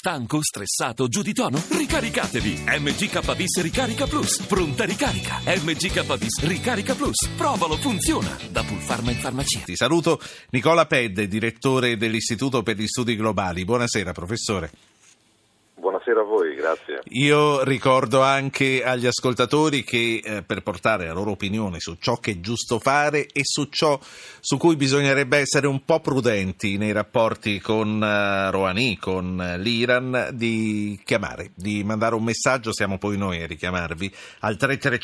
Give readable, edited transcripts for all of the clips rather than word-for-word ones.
Stanco, stressato, giù di tono? Ricaricatevi! MGKBIS Ricarica Plus. Pronta ricarica. MGKBIS Ricarica Plus. Provalo, funziona. Da Pulpharma in farmacia. Ti saluto Nicola Pedde, direttore dell'Istituto per gli Studi Globali. Buonasera, professore. Buonasera a voi, grazie. Io ricordo anche agli ascoltatori che per portare la loro opinione su ciò che è giusto fare e su ciò su cui bisognerebbe essere un po' prudenti nei rapporti con Rouhani, con l'Iran, di chiamare, di mandare un messaggio, siamo poi noi a richiamarvi, al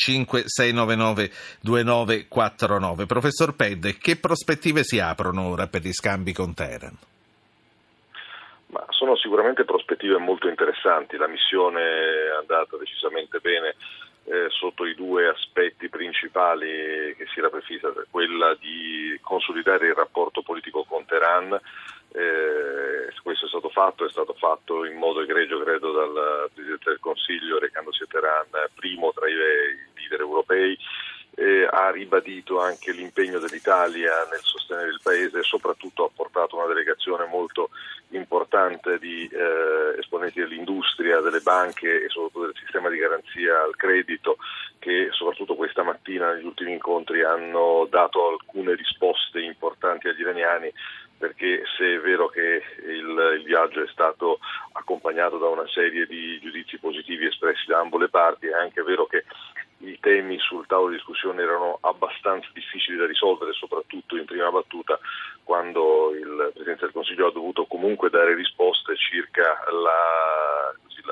335-699-2949. Professor Pedde, che prospettive si aprono ora per gli scambi con Teheran? Ma sono sicuramente prospettive molto interessanti. La missione è andata decisamente bene sotto i due aspetti principali che si era prefissa, quella di consolidare il rapporto politico con Teheran. Questo è stato fatto in modo egregio, credo, dal Presidente del Consiglio recandosi a Teheran, primo tra i leader europei. Ha ribadito anche l'impegno dell'Italia nel sostenere il paese e soprattutto ha portato una delegazione molto importante di esponenti dell'industria, delle banche e soprattutto del sistema di garanzia al credito, che soprattutto questa mattina negli ultimi incontri hanno dato alcune risposte importanti agli iraniani, perché se è vero che il viaggio è stato accompagnato da una serie di giudizi positivi espressi da ambo le parti, è anche vero che i temi sul tavolo di discussione erano abbastanza difficili da risolvere, soprattutto in prima battuta, quando il Presidente del Consiglio ha dovuto comunque dare risposte circa la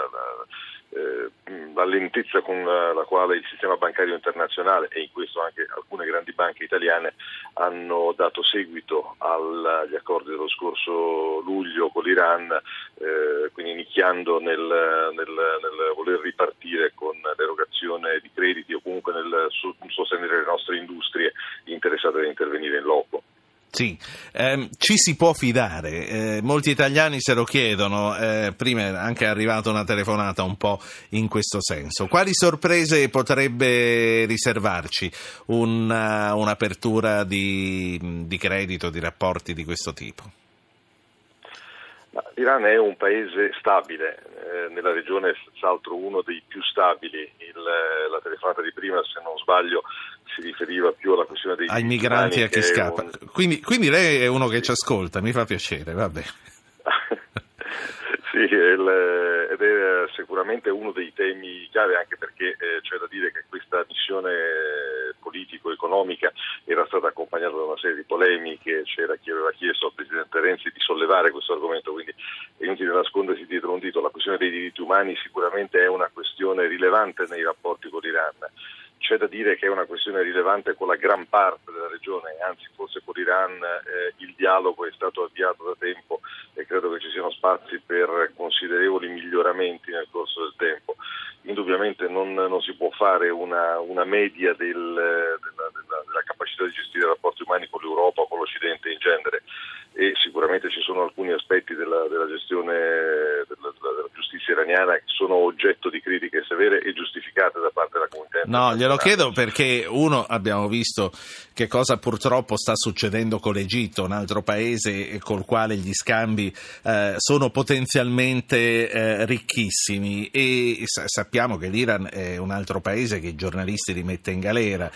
lentezza con la quale il sistema bancario internazionale, e in questo anche alcune grandi banche italiane, hanno dato seguito agli accordi dello scorso luglio con l'Iran, quindi iniziando nel voler ripartire con l'erogazione di crediti o comunque nel sostenere le nostre industrie interessate ad intervenire in loco. Sì, ci si può fidare, molti italiani se lo chiedono, prima è anche arrivata una telefonata un po' in questo senso. Quali sorprese potrebbe riservarci un'apertura di credito, di rapporti di questo tipo? L'Iran è un paese stabile, nella regione è senz'altro uno dei più stabili. La telefonata di prima, se non sbaglio, si riferiva più alla questione dei ai migranti, a chi scappa. Quindi lei è uno che ci ascolta, mi fa piacere, vabbè. Sì, ed è sicuramente uno dei temi chiave, anche perché c'è da dire che questa missione politico-economica era stata accompagnata da una serie di polemiche. C'era chi aveva chiesto al Presidente Renzi di sollevare questo argomento, quindi è inutile nascondersi dietro un dito. La questione dei diritti umani sicuramente è una questione rilevante nei rapporti con l'Iran. C'è da dire che è una questione rilevante con la gran parte della regione, anzi forse con l'Iran il dialogo è stato avviato da tempo e credo che ci siano spazi per considerevoli miglioramenti nel corso del tempo. Indubbiamente non si può fare una media della capacità di gestire i rapporti umani con l'Europa o con l'Occidente in genere, e sicuramente ci sono alcuni aspetti della gestione della giustizia iraniana che sono oggetto di critiche severe e giustificate da parte della comunità internazionale. No, glielo chiedo perché abbiamo visto che cosa purtroppo sta succedendo con l'Egitto, un altro paese col quale gli scambi sono potenzialmente ricchissimi, e sappiamo che l'Iran è un altro paese che i giornalisti li mette in galera,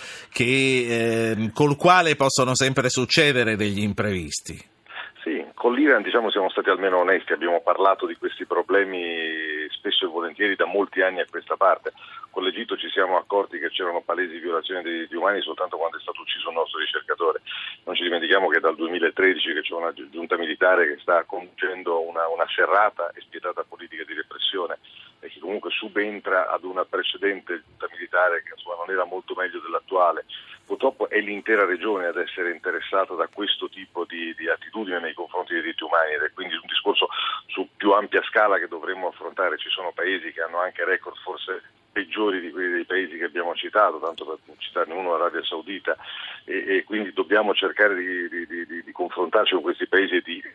col quale possono sempre succedere degli imprevisti. Sì, con l'Iran siamo stati almeno onesti, abbiamo parlato di questi problemi spesso e volentieri da molti anni a questa parte. Con l'Egitto ci siamo accorti che c'erano palesi violazioni dei diritti umani soltanto quando è stato ucciso un nostro ricercatore. Non ci dimentichiamo che è dal 2013 che c'è una giunta militare che sta conducendo una serrata e spietata politica di repressione e che comunque subentra ad una precedente giunta militare che non era molto meglio dell'attuale. Purtroppo è l'intera regione ad essere interessata da questo tipo di attitudine nei confronti dei diritti umani, ed è quindi un discorso su più ampia scala che dovremmo affrontare. Ci sono paesi che hanno anche record forse peggiori di quelli dei paesi che abbiamo citato, tanto per citarne uno, l'Arabia Saudita, e quindi dobbiamo cercare di confrontarci con questi paesi e di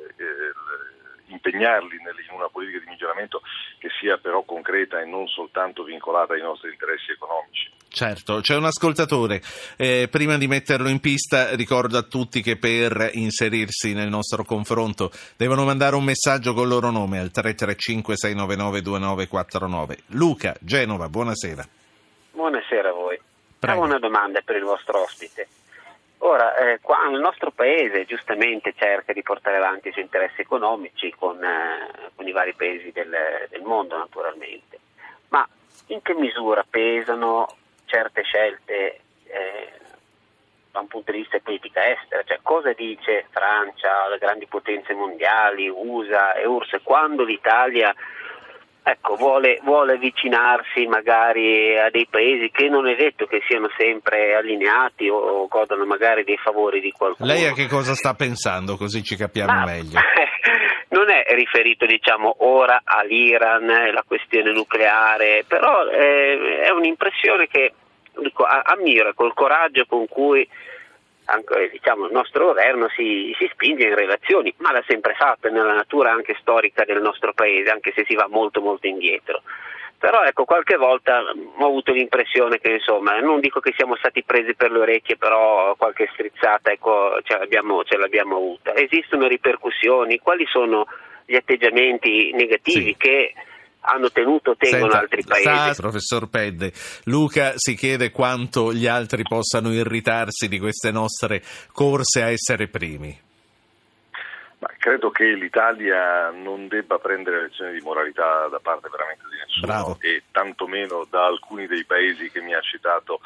impegnarli in una politica di miglioramento che sia però concreta e non soltanto vincolata ai nostri interessi economici. Certo, c'è un ascoltatore. Prima di metterlo in pista ricordo a tutti che per inserirsi nel nostro confronto devono mandare un messaggio col loro nome al 335-699-2949. Luca, Genova, buonasera. Buonasera a voi. Prego. Ho una domanda per il vostro ospite. Ora, qua il nostro paese giustamente cerca di portare avanti i suoi interessi economici con i vari paesi del mondo, naturalmente. Ma in che misura pesano certe scelte da un punto di vista di politica estera? Cioè, cosa dice Francia, le grandi potenze mondiali, USA e URSS, quando l'Italia vuole avvicinarsi magari a dei paesi che non è detto che siano sempre allineati o godano magari dei favori di qualcuno? Lei a che cosa sta pensando, così ci capiamo meglio? Non è riferito, ora all'Iran, la questione nucleare, però è un'impressione che ammiro col coraggio con cui anche, il nostro governo si spinge in relazioni, ma l'ha sempre fatto nella natura anche storica del nostro paese, anche se si va molto molto indietro. Però qualche volta ho avuto l'impressione che non dico che siamo stati presi per le orecchie, però qualche strizzata ce l'abbiamo avuta. Esistono ripercussioni? Quali sono gli atteggiamenti negativi che hanno tenuto o tengono altri paesi? Professor Pedde, Luca si chiede quanto gli altri possano irritarsi di queste nostre corse a essere primi. Ma credo che l'Italia non debba prendere lezioni di moralità da parte veramente di nessuno. Bravo. E tantomeno da alcuni dei paesi che mi ha citato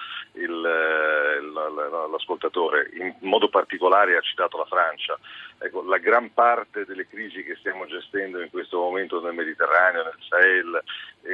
l'ascoltatore. In modo particolare ha citato la Francia. Ecco, la gran parte delle crisi che stiamo gestendo in questo momento nel Mediterraneo, nel Sahel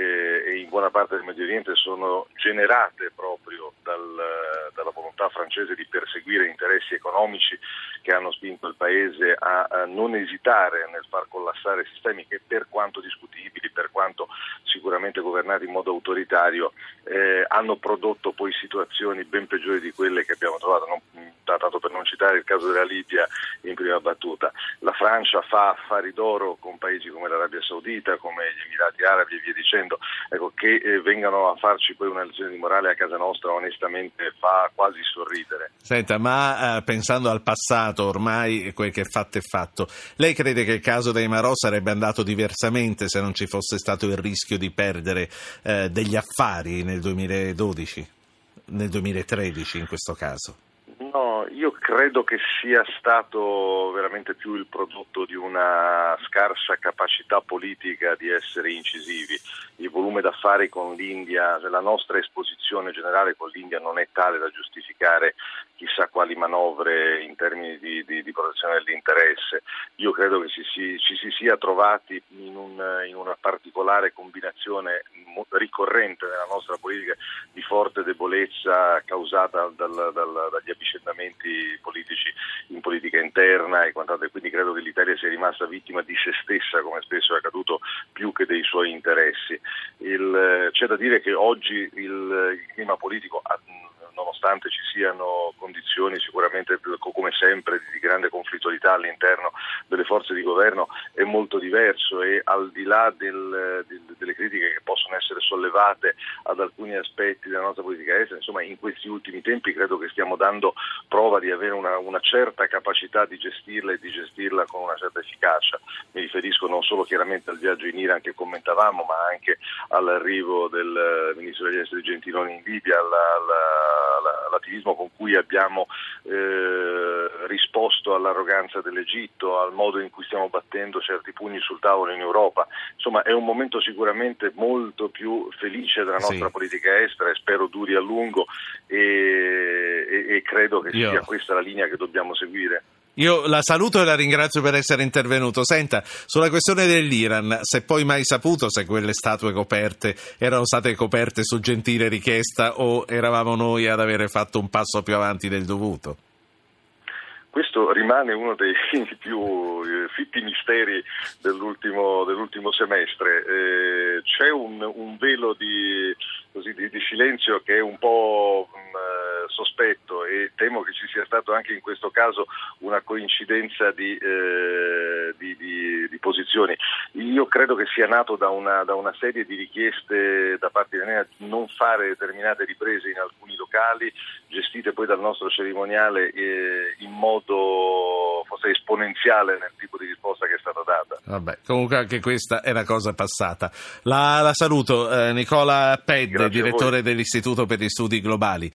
e in buona parte del Medio Oriente sono generate proprio dalla volontà francese di perseguire interessi economici che hanno spinto il paese a non esitare nel far collassare sistemi che, per quanto discutibili, per quanto sicuramente governati in modo autoritario, hanno prodotto poi situazioni ben peggiori di quelle che abbiamo trovato, tanto per non citare il caso della Libia in prima battuta. La Francia fa affari d'oro con paesi come l'Arabia Saudita, come gli Emirati Arabi e via dicendo, che vengano a farci poi una lezione di morale a casa nostra onestamente fa quasi sorridere. Senta, ma pensando al passato, ormai quel che è fatto è fatto, lei crede che il caso dei Marò sarebbe andato diversamente se non ci fosse stato il rischio di perdere degli affari nel 2012, nel 2013 in questo caso? No, io credo che sia stato veramente più il prodotto di una scarsa capacità politica di essere incisivi. Il volume d'affari con l'India, la nostra esposizione generale con l'India non è tale da giustificare chissà quali manovre in termini di protezione dell'interesse. Io credo che ci si sia trovati in una particolare combinazione ricorrente nella nostra politica di forte debolezza causata dagli avvicendamenti politici in politica interna e quant'altro, e quindi credo che l'Italia sia rimasta vittima di se stessa, come spesso è accaduto, più che dei suoi interessi. C'è da dire che oggi il clima politico, nonostante ci siano condizioni sicuramente come sempre di grande conflittualità all'interno delle forze di governo, è molto diverso e al di là delle critiche che possono essere sollevate ad alcuni aspetti della nostra politica estera, insomma in questi ultimi tempi credo che stiamo dando prova di avere una certa capacità di gestirla e di gestirla con una certa efficacia. Mi riferisco non solo chiaramente al viaggio in Iran che commentavamo, ma anche all'arrivo del ministro degli esteri Gentiloni in Libia, all'attivismo con cui abbiamo risposto all'arroganza dell'Egitto, al modo in cui stiamo battendo certi pugni sul tavolo in Europa. Insomma, è un momento sicuramente molto più felice della nostra politica estera e spero duri a lungo e credo che sia questa la linea che dobbiamo seguire. Io la saluto e la ringrazio per essere intervenuto. Senta, sulla questione dell'Iran, se poi mai saputo se quelle statue coperte erano state coperte su gentile richiesta o eravamo noi ad avere fatto un passo più avanti del dovuto? Questo rimane uno dei più fitti misteri dell'ultimo semestre. C'è un velo di silenzio che è un po' sospetto e temo che ci sia stato anche in questo caso una coincidenza di posizioni. Io credo che sia nato da una serie di richieste da parte di Enea di non fare determinate riprese in alcuni locali, gestite poi dal nostro cerimoniale in modo forse esponenziale nel tipo di risposta che è stata data. Vabbè, comunque anche questa è una cosa passata. La saluto, Nicola Pedde, direttore dell'Istituto per gli Studi Globali.